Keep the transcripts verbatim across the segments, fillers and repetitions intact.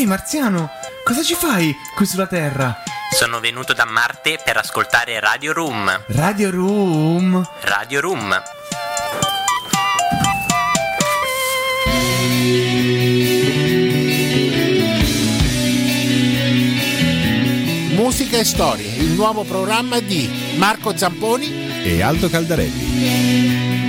Ehi marziano, cosa ci fai qui sulla Terra? Sono venuto da Marte per ascoltare Radio Room. Radio Room? Radio Room. Musica e storie, il nuovo programma di Marco Zamponi e Aldo Caldarelli.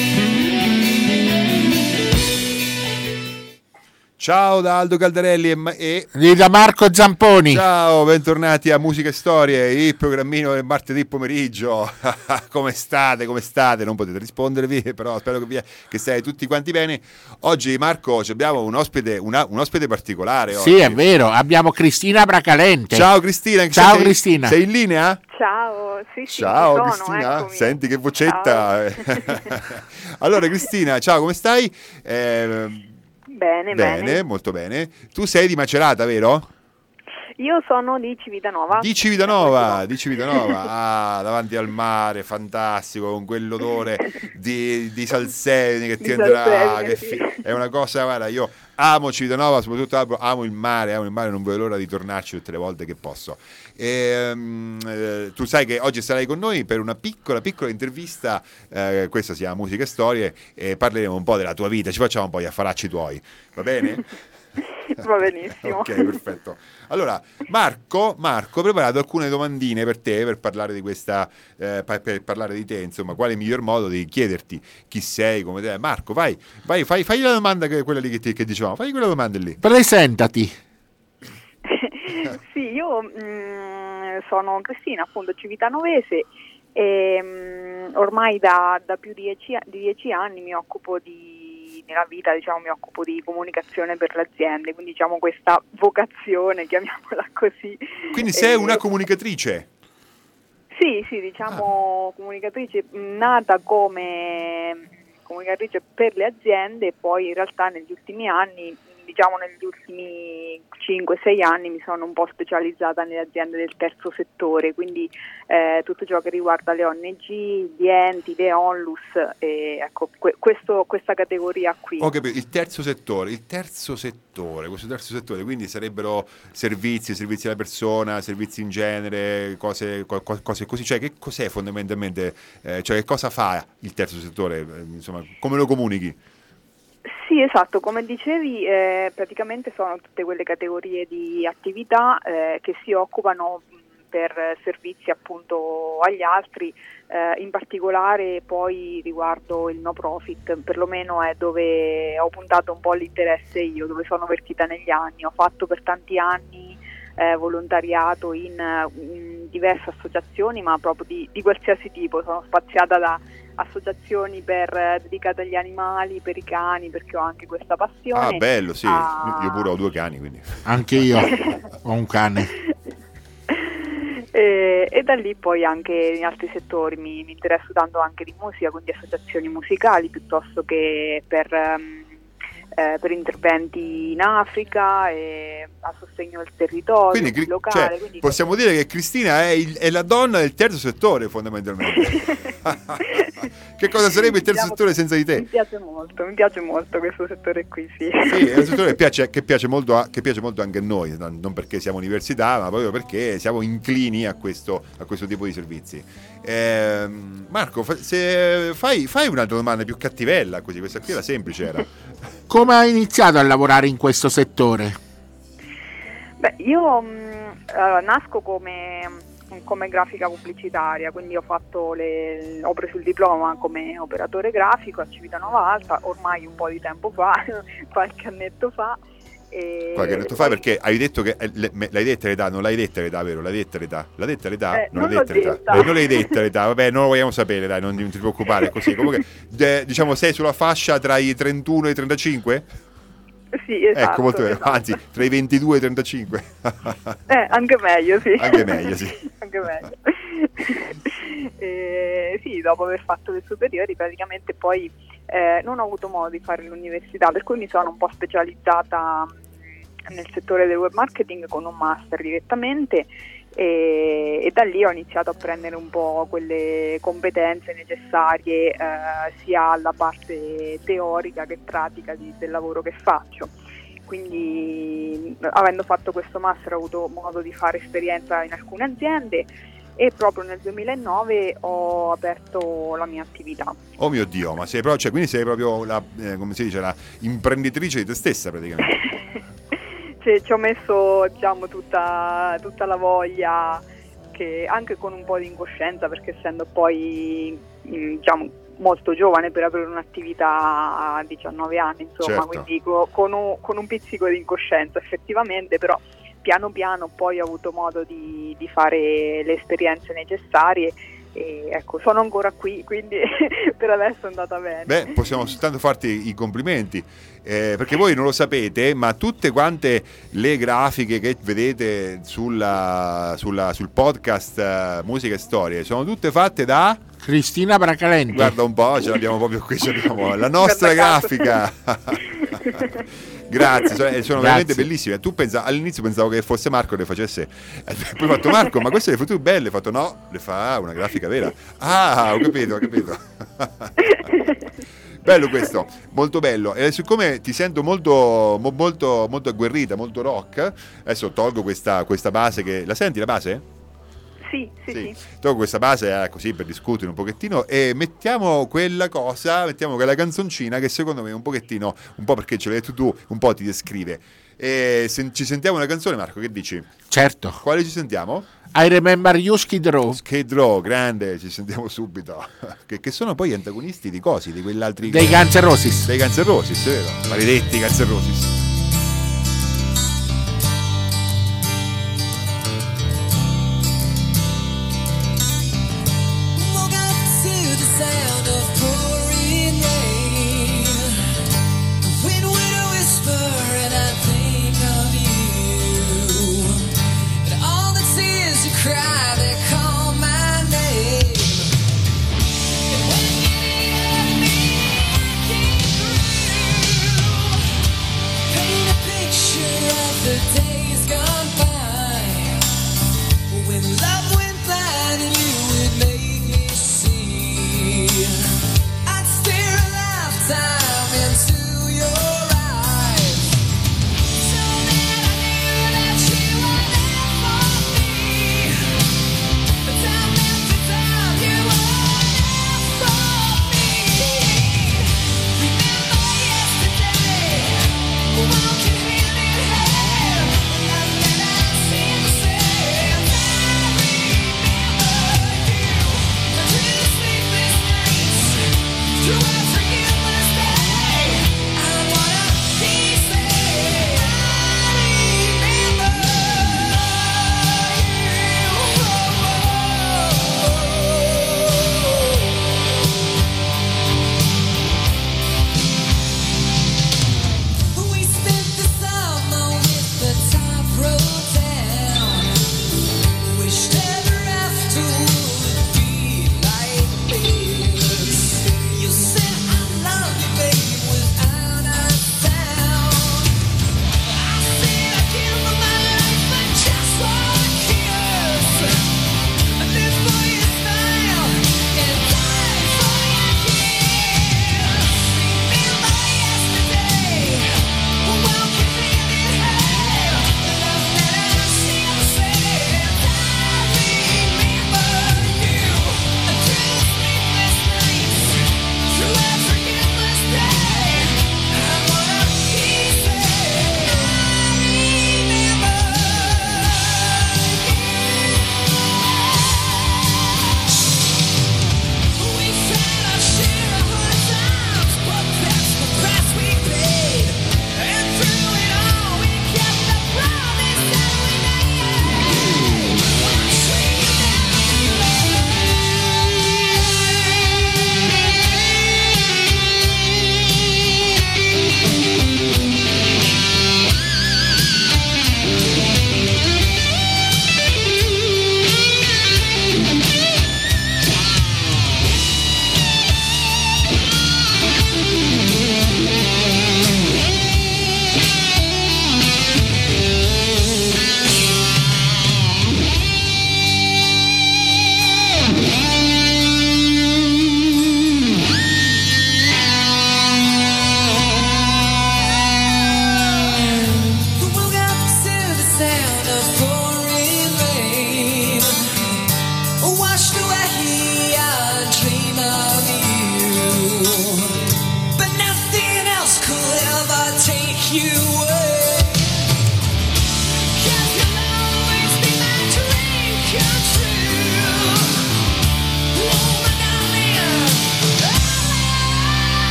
Ciao da Aldo Caldarelli e, e da Marco Zamponi. Ciao, bentornati a Musica e Storie, il programmino del martedì pomeriggio. Come state? Come state? Non potete rispondervi, però spero che, vi, che state tutti quanti bene. Oggi, Marco, abbiamo un ospite, una, un ospite particolare. Sì, oggi. È vero, abbiamo Cristina Bracalente. Ciao Cristina. Ciao sei, Cristina. Sei in linea? Ciao, sì, sì, ciao sono, Cristina, eccomi. Senti che vocetta. Allora Cristina, ciao, come stai? Eh, Bene, bene, bene. Molto bene. Tu sei di Macerata, vero? Io sono di Civitanova. Di Civitanova, di Civitanova. Ah, davanti al mare, fantastico, con quell'odore di, di salsedine che Di ti andrà. salsedine, Che sì. fi- è una cosa, guarda, io amo Civitanova, soprattutto amo il mare, amo il mare, non vedo l'ora di tornarci tutte le volte che posso. E, um, eh, tu sai che oggi sarai con noi per una piccola, piccola intervista, eh, questa si chiama Musica e Storie, e parleremo un po' della tua vita, ci facciamo un po' gli affaracci tuoi, va bene? Va benissimo. Ok, perfetto. Allora, Marco, Marco, ho preparato alcune domandine per te, per parlare di questa, eh, per, per parlare di te, insomma, quale miglior modo di chiederti chi sei, come te. Marco, vai, vai, fai, fai la domanda che quella lì che, ti, che dicevamo, fai quella domanda lì. Presentati. Sì, io mh, sono Cristina, appunto civitanovese, e mh, ormai da, da più di dieci, di dieci anni mi occupo di nella vita, diciamo, mi occupo di comunicazione per le aziende, quindi diciamo questa vocazione, chiamiamola così. Quindi sei Eh, una comunicatrice? Sì, sì, diciamo ah. comunicatrice nata come comunicatrice per le aziende e poi in realtà negli ultimi anni, diciamo negli ultimi cinque sei anni mi sono un po' specializzata nelle aziende del terzo settore, quindi eh, tutto ciò che riguarda le O N G, gli enti, le Onlus, e ecco que- questo, questa categoria qui. Ho capito, il terzo settore, il terzo settore, questo terzo settore, quindi sarebbero servizi, servizi alla persona, servizi in genere, cose, co- cose così, cioè che cos'è fondamentalmente, eh, cioè che cosa fa il terzo settore, eh, insomma, come lo comunichi? Sì, esatto, come dicevi eh, praticamente sono tutte quelle categorie di attività eh, che si occupano per servizi appunto agli altri, eh, in particolare poi riguardo il no profit, perlomeno è dove ho puntato un po' l'interesse io, dove sono vertita negli anni. Ho fatto per tanti anni eh, volontariato in, in diverse associazioni, ma proprio di, di qualsiasi tipo, sono spaziata da associazioni per, dedicate agli animali, per i cani, perché ho anche questa passione. Ah, bello, sì, ah. Io pure ho due cani, quindi. Anche io ho un cane. E, e da lì poi anche in altri settori mi, mi interesso tanto anche di musica, quindi associazioni musicali piuttosto che per, um, eh, per interventi in Africa e a sostegno del territorio quindi, locale. Cioè, quindi possiamo dire che Cristina è, il, è la donna del terzo settore fondamentalmente. Che cosa sarebbe il terzo diciamo, settore senza di te? Mi piace molto, mi piace molto questo settore qui, sì. Sì, è un settore che piace, che piace molto a, che piace molto anche a noi, non perché siamo università, ma proprio perché siamo inclini a questo, a questo tipo di servizi. Eh, Marco, se fai, fai un'altra domanda più cattivella, così, questa qui era semplice era. Come hai iniziato a lavorare in questo settore? Beh, io mh, uh, nasco come come grafica pubblicitaria, quindi ho fatto le, ho preso il diploma come operatore grafico a Civitanova Alta ormai un po' di tempo fa, qualche annetto fa. E qualche annetto fa, perché hai detto che l'hai detta l'età, non l'hai detta l'età, vero? L'hai detta l'età? L'ha detta l'età? Eh, non non l'hai detta l'età. detta. Beh, non l'hai detta l'età, vabbè, non lo vogliamo sapere, dai, non, non ti preoccupare, così. Comunque, de, diciamo, sei sulla fascia tra i trentuno e i trentacinque? Sì, esatto. Ecco, molto bene, esatto. anzi, tra i ventidue e i trentacinque. Eh, anche meglio, sì. Anche meglio, sì. Anche meglio. eh, sì, dopo aver fatto le superiori praticamente poi eh, non ho avuto modo di fare l'università, per cui mi sono un po' specializzata nel settore del web marketing con un master direttamente e, e da lì ho iniziato a prendere un po' quelle competenze necessarie eh, sia alla parte teorica che pratica di, del lavoro che faccio. quindi avendo fatto questo master ho avuto modo di fare esperienza in alcune aziende e proprio nel duemilanove ho aperto la mia attività. Oh mio Dio, ma sei proprio, cioè, quindi sei proprio la, eh, come si dice, la imprenditrice di te stessa praticamente. Cioè, ci ho messo, diciamo, tutta, tutta la voglia, che anche con un po' di incoscienza, perché essendo poi, diciamo, molto giovane per aprire un'attività a diciannove anni, insomma, certo. Quindi co- con, un, con un pizzico di incoscienza effettivamente, però piano piano poi ho avuto modo di, di fare le esperienze necessarie e ecco, sono ancora qui, quindi per adesso è andata bene. Beh, possiamo soltanto farti i complimenti, eh, perché voi non lo sapete, ma tutte quante le grafiche che vedete sulla, sulla, sul podcast uh, Musica e Storie sono tutte fatte da Cristina Bracalente. Guarda un po', ce l'abbiamo proprio qui, ce l'abbiamo, la nostra grafica. Grazie, sono, sono veramente bellissime. Tu pensa, all'inizio pensavo che fosse Marco che le facesse, poi ho fatto Marco, ma queste le foto belle, ho fatto no, le fa una grafica vera. Ah, ho capito, ho capito. Bello questo, molto bello. E siccome ti sento molto, molto, molto agguerrita, molto rock, adesso tolgo questa, questa base che... La senti la base? Sì, sì, sì. sì. Tolgo questa base eh, così per discutere un pochettino e mettiamo quella cosa, mettiamo quella canzoncina che secondo me un pochettino, un po' perché ce l'hai detto tu, un po' ti descrive. E se ci sentiamo una canzone, Marco, che dici? Certo. Quale ci sentiamo? I Remember You, Skid Row. Skid Row, grande, ci sentiamo subito. che, che sono poi antagonisti di cosi, di quell'altri... Dei Guns N' Roses. Dei Guns N' Roses, è vero. Maledetti Guns N' Roses.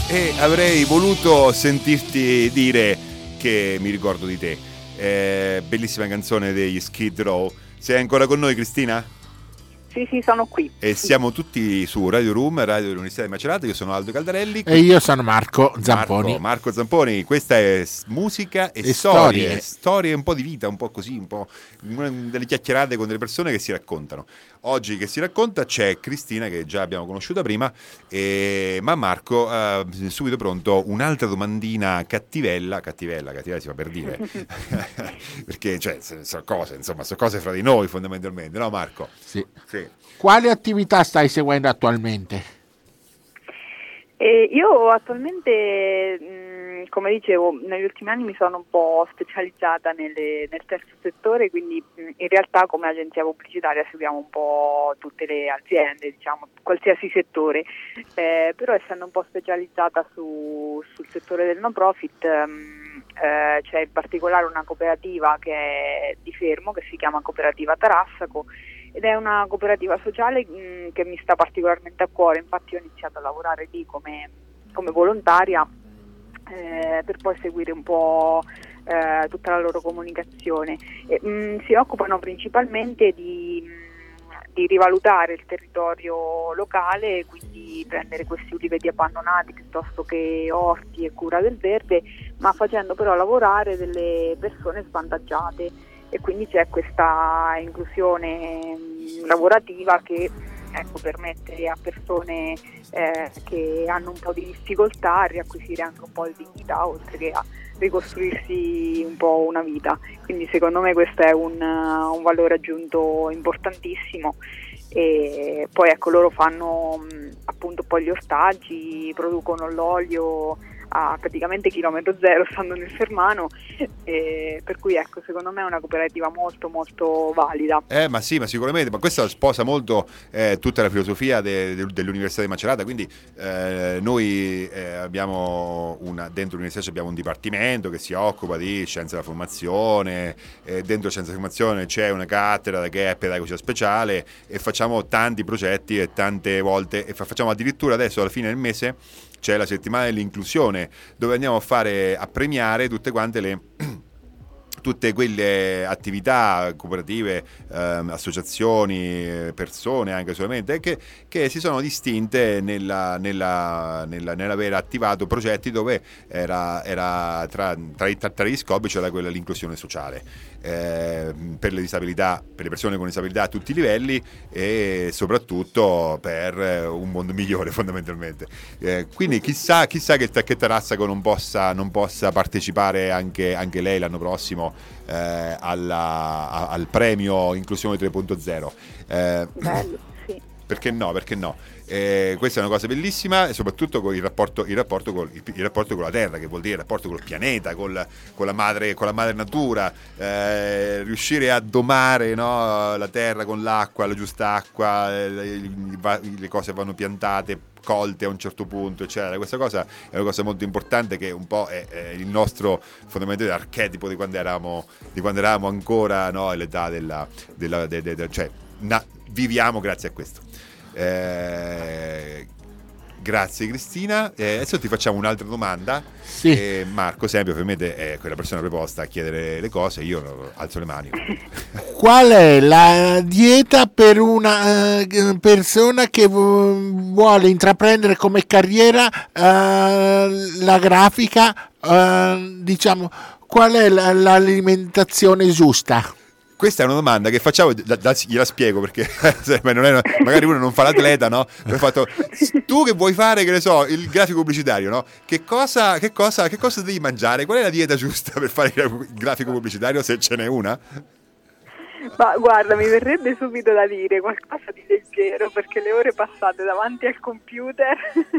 e avrei voluto sentirti dire che mi ricordo di te. Eh, bellissima canzone degli Skid Row. Sei ancora con noi, Cristina? Sì, sì, sono qui. E siamo tutti su Radio Room, Radio dell'Università di Macerata. Io sono Aldo Caldarelli. E io sono Marco Zamponi. Marco, Marco Zamponi. Questa è musica e, e storie. storie. Storie un po' di vita, un po' così, un po' delle chiacchierate con delle persone che si raccontano. Oggi che si racconta c'è Cristina, che già abbiamo conosciuta prima, e... ma Marco, uh, subito pronto, un'altra domandina cattivella, cattivella, cattivella si fa per dire, perché cioè, sono cose, insomma, sono cose fra di noi fondamentalmente, no Marco? Sì. Sì. Quali attività stai seguendo attualmente? Eh, io attualmente, mh, come dicevo, negli ultimi anni mi sono un po' specializzata nelle, nel terzo settore, quindi mh, in realtà come agenzia pubblicitaria seguiamo un po' tutte le aziende, diciamo, qualsiasi settore, eh, però essendo un po' specializzata su, sul settore del no profit, mh, eh, c'è in particolare una cooperativa che è di Fermo, che si chiama Cooperativa Tarassaco, ed è una cooperativa sociale mh, che mi sta particolarmente a cuore. Infatti ho iniziato a lavorare lì come, come volontaria eh, per poi seguire un po' eh, tutta la loro comunicazione. E, mh, si occupano principalmente di, mh, di rivalutare il territorio locale, quindi prendere questi uliveti abbandonati piuttosto che orti e cura del verde, ma facendo però lavorare delle persone svantaggiate. E quindi c'è questa inclusione mh, lavorativa che ecco, permette a persone eh, che hanno un po' di difficoltà a riacquisire anche un po' di dignità, oltre che a ricostruirsi un po' una vita. Quindi secondo me questo è un, un valore aggiunto importantissimo. E poi ecco, loro fanno mh, appunto poi gli ortaggi, producono l'olio a praticamente chilometro zero stando nel Fermano, eh, per cui ecco, secondo me è una cooperativa molto molto valida. Eh ma sì, ma sicuramente, ma questa sposa molto eh, tutta la filosofia de, de, dell'Università di Macerata, quindi eh, noi eh, abbiamo una, dentro l'università abbiamo un dipartimento che si occupa di scienza della formazione, eh, dentro scienza della formazione c'è una cattedra che è pedagogia speciale e facciamo tanti progetti e tante volte, e fa, facciamo addirittura adesso alla fine del mese c'è la settimana dell'inclusione, dove andiamo a fare a premiare tutte quante le tutte quelle attività cooperative, ehm, associazioni, persone anche solamente che, che si sono distinte nella, nella, nella, nell'aver attivato progetti dove era, era tra, tra, tra gli scopi c'era quella l'inclusione sociale eh, per le disabilità, per le persone con disabilità a tutti i livelli e soprattutto per un mondo migliore fondamentalmente. Eh, quindi chissà, chissà che, che Tarassaco non possa, non possa partecipare anche, anche lei l'anno prossimo Eh, alla, a, al premio Inclusione tre punto zero. Eh, Bello, sì. Perché no? Perché no? Eh, questa è una cosa bellissima e soprattutto con il rapporto, il rapporto, col, il, il rapporto con la terra, che vuol dire il rapporto col pianeta, col, con, la madre, con la madre natura, eh, riuscire a domare, no, la terra con l'acqua, la giusta acqua, eh, le, le cose vanno piantate, colte a un certo punto, eccetera. Questa cosa è una cosa molto importante che un po' è, è il nostro fondamentale archetipo di quando eravamo, di quando eravamo ancora, no, all'età della, della de, de, de, cioè na, viviamo grazie a questo. Eh, grazie Cristina, eh, adesso ti facciamo un'altra domanda. Sì. eh, Marco sempre ovviamente è quella persona preposta a chiedere le cose, io alzo le mani. Qual è la dieta per una uh, persona che vu- vuole intraprendere come carriera uh, la grafica, uh, diciamo, qual è la, l'alimentazione giusta? Questa è una domanda che facciamo, da, da, gliela spiego perché non è, magari uno non fa l'atleta, no? Fatto, tu che vuoi fare, che ne so, il grafico pubblicitario, no? Che cosa, che cosa, che cosa devi mangiare? Qual è la dieta giusta per fare il grafico pubblicitario, se ce n'è una? Ma guarda, mi verrebbe subito da dire qualcosa di leggero, perché le ore passate davanti al computer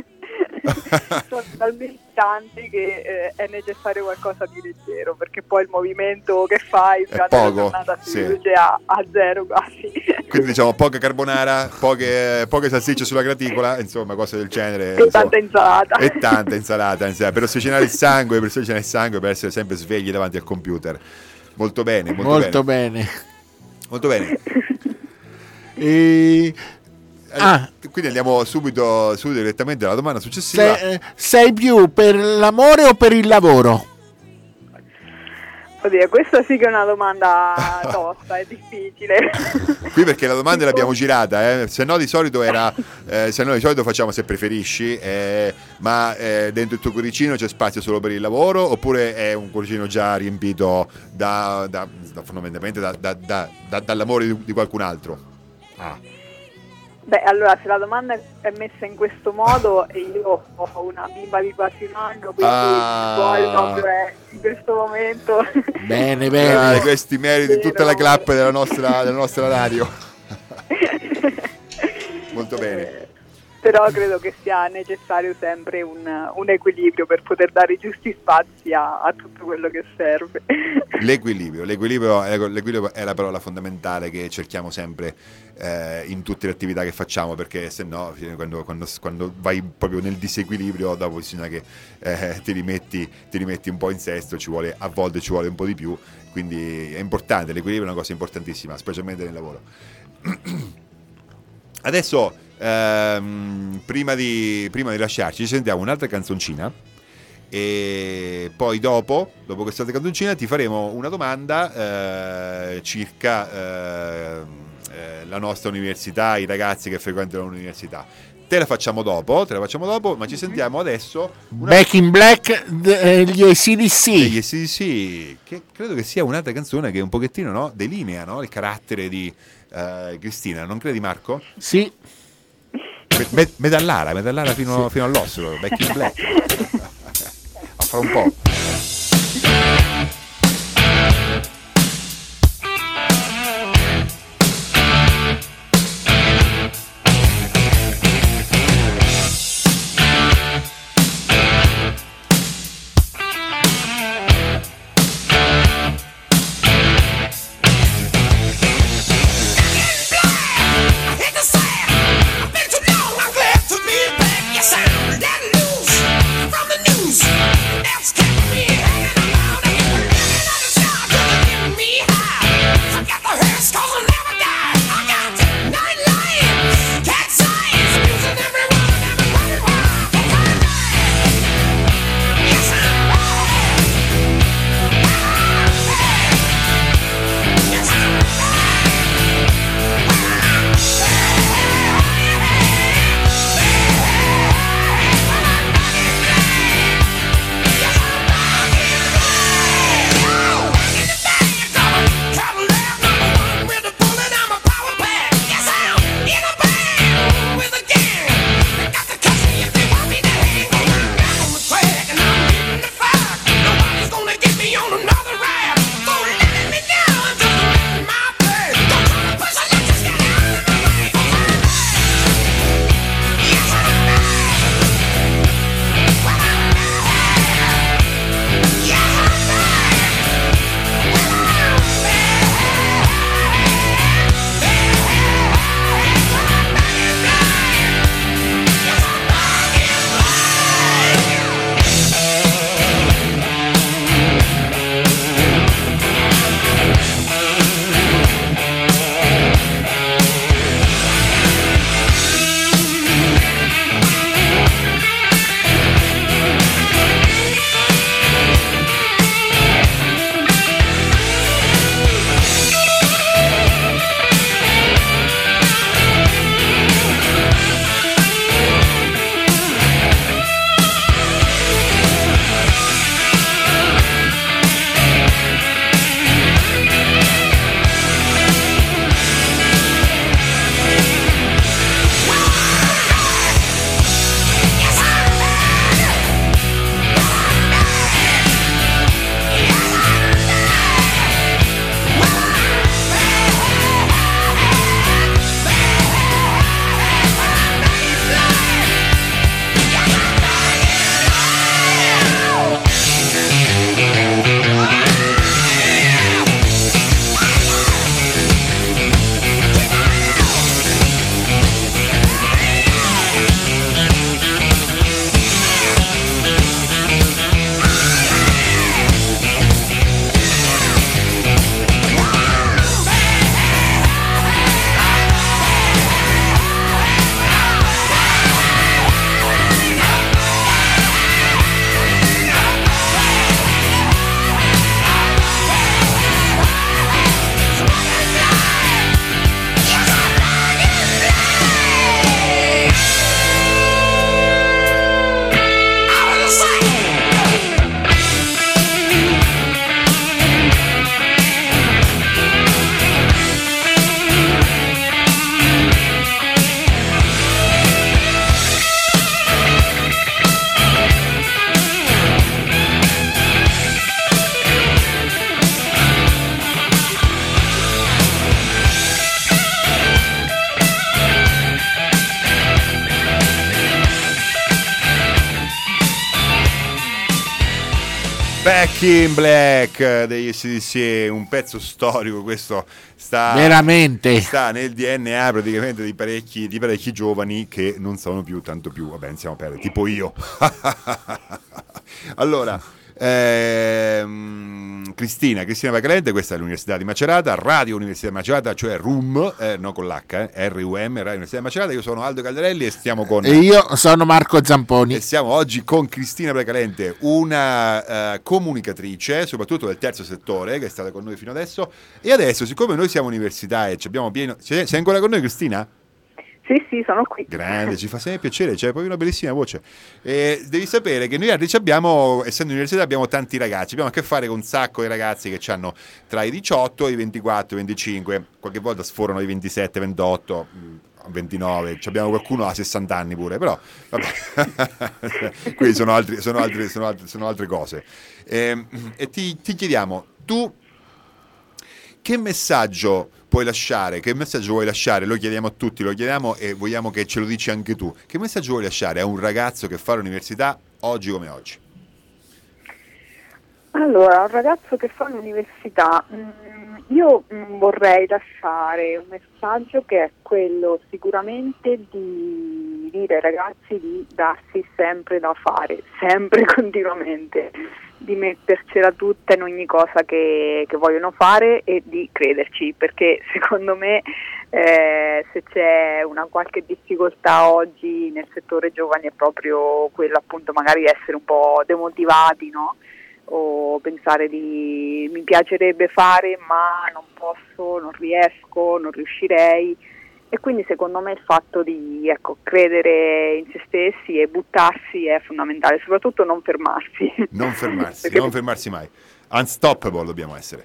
sono talmente tante che eh, è necessario qualcosa di leggero, perché poi il movimento che fai durante la giornata si sì. riduce a, a zero quasi. Quindi diciamo poca carbonara, poche, poche salsicce sulla graticola, insomma cose del genere. E tanta insalata. E tanta insalata, insomma, per ossigenare il sangue, per ossigenare il sangue, per essere sempre svegli davanti al computer. Molto bene, molto, molto bene. bene. Molto bene. E Ah. Quindi andiamo subito, subito direttamente alla domanda successiva. Sei, sei più per l'amore o per il lavoro? Oddio, questa sì che è una domanda tosta, è difficile. Qui perché la domanda l'abbiamo girata, eh? Se no di solito era, eh, se no di solito facciamo se preferisci, eh, ma eh, dentro il tuo cuoricino c'è spazio solo per il lavoro oppure è un cuoricino già riempito da, da, da fondamentalmente da, da, da, da, dall'amore di, di qualcun altro? Ah. Beh, allora, se la domanda è messa in questo modo, e io ho una bimba di quasi un anno, quindi Ah. poi proprio è in questo momento. Bene, bene. Ah, questi meriti Vero. tutta la clap della nostra, della nostra radio. Molto bene. Eh, Però credo che sia necessario sempre un, un equilibrio per poter dare i giusti spazi a, a tutto quello che serve. L'equilibrio, l'equilibrio è, l'equilibrio è la parola fondamentale che cerchiamo sempre eh, in tutte le attività che facciamo, perché se no quando, quando, quando vai proprio nel disequilibrio dopo bisogna che eh, ti, rimetti, ti rimetti un po' in sesto, ci vuole, a volte ci vuole un po' di più, quindi è importante, l'equilibrio è una cosa importantissima, specialmente nel lavoro. Adesso ehm, prima, di, prima di lasciarci ci sentiamo un'altra canzoncina e poi dopo, dopo questa canzoncina ti faremo una domanda eh, circa eh, eh, la nostra università, i ragazzi che frequentano l'università. Te la facciamo dopo, te la facciamo dopo, ma ci sentiamo adesso una... Back in Black, d- gli A C D C. Degli sì, sì, che credo che sia un'altra canzone che un pochettino, no, delinea, no, il carattere di uh, Cristina, non credi, Marco? Sì. Me- me- medallara, medallara fino, Sì. fino all'osso, Back in Black. A fare un po'. Yes, I'm letting loose from the news. That's Back in Black degli A C D C, un pezzo storico, questo sta veramente sta nel D N A praticamente di parecchi, di parecchi giovani che non sono più tanto più, vabbè, iniziamo a perdere, tipo io. Allora, ehm, Cristina, Cristina Bacalente, questa è l'Università di Macerata, Radio Università di Macerata, cioè R U M, eh, no con l'H, eh, R U M, Radio Università di Macerata. Io sono Aldo Caldarelli e stiamo con... E io sono Marco Zamponi. E siamo oggi con Cristina Bacalente, una uh, comunicatrice, soprattutto del terzo settore, che è stata con noi fino adesso. E adesso, siccome noi siamo università e ci abbiamo pieno... Sei, sei ancora con noi, Cristina? Sì, sì, sono qui. Grande, ci fa sempre piacere, c'è poi una bellissima voce. E devi sapere che noi altri abbiamo, essendo università, abbiamo tanti ragazzi, abbiamo a che fare con un sacco di ragazzi che hanno tra i diciotto e i ventiquattro, venticinque, qualche volta sforano i ventisette, ventotto, ventinove, ci abbiamo qualcuno a sessanta anni pure, però vabbè. Quindi sono, altri, sono, altri, sono, altri, sono altre cose. E, e ti, ti chiediamo, tu che messaggio puoi lasciare, che messaggio vuoi lasciare? Lo chiediamo a tutti, lo chiediamo e vogliamo che ce lo dici anche tu. Che messaggio vuoi lasciare a un ragazzo che fa l'università oggi come oggi? Allora, un ragazzo che fa l'università, mh, io mh, vorrei lasciare un messaggio che è quello sicuramente di dire ai ragazzi di darsi sempre da fare, sempre continuamente, di mettercela tutta in ogni cosa che, che vogliono fare e di crederci, perché secondo me eh, se c'è una qualche difficoltà oggi nel settore giovani è proprio quella, appunto, magari essere un po' demotivati, no? O pensare di mi piacerebbe fare ma non posso, non riesco, non riuscirei. E quindi secondo me il fatto di ecco, credere in se stessi e buttarsi è fondamentale, soprattutto non fermarsi. Non fermarsi, Perché... non fermarsi mai. Unstoppable dobbiamo essere.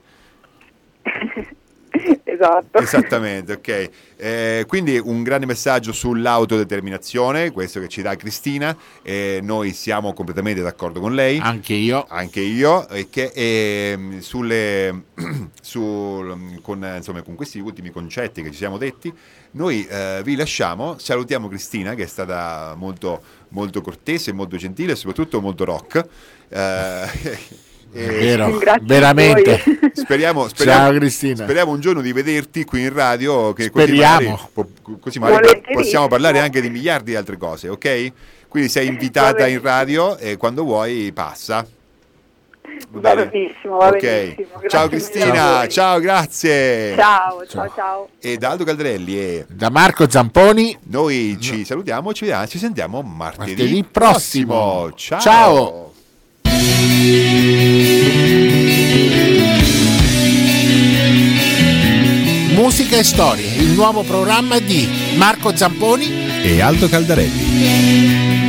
Esatto. Esattamente, ok. Eh, quindi un grande messaggio sull'autodeterminazione, questo che ci dà Cristina, e noi siamo completamente d'accordo con lei. Anche io. Anche io, e che e, sulle, sul, con, insomma, con questi ultimi concetti che ci siamo detti, noi eh, vi lasciamo, salutiamo Cristina che è stata molto, molto cortese, molto gentile e soprattutto molto rock. Eh, È vero, Grazie veramente. Speriamo, speriamo, Ciao Cristina. Speriamo un giorno di vederti qui in radio, che Speriamo. così magari, così magari possiamo parlare anche di miliardi di altre cose, ok? Quindi sei invitata in radio e quando vuoi passa. Va benissimo, va okay. benissimo. Ciao Cristina, ciao, grazie. Ciao, ciao, ciao. E da Aldo Caldarelli e da Marco Zamponi noi ci salutiamo, ci, vediamo, ci sentiamo martedì, martedì prossimo. prossimo. Ciao. Ciao. Musica e storie, il nuovo programma di Marco Zamponi e Aldo Caldarelli.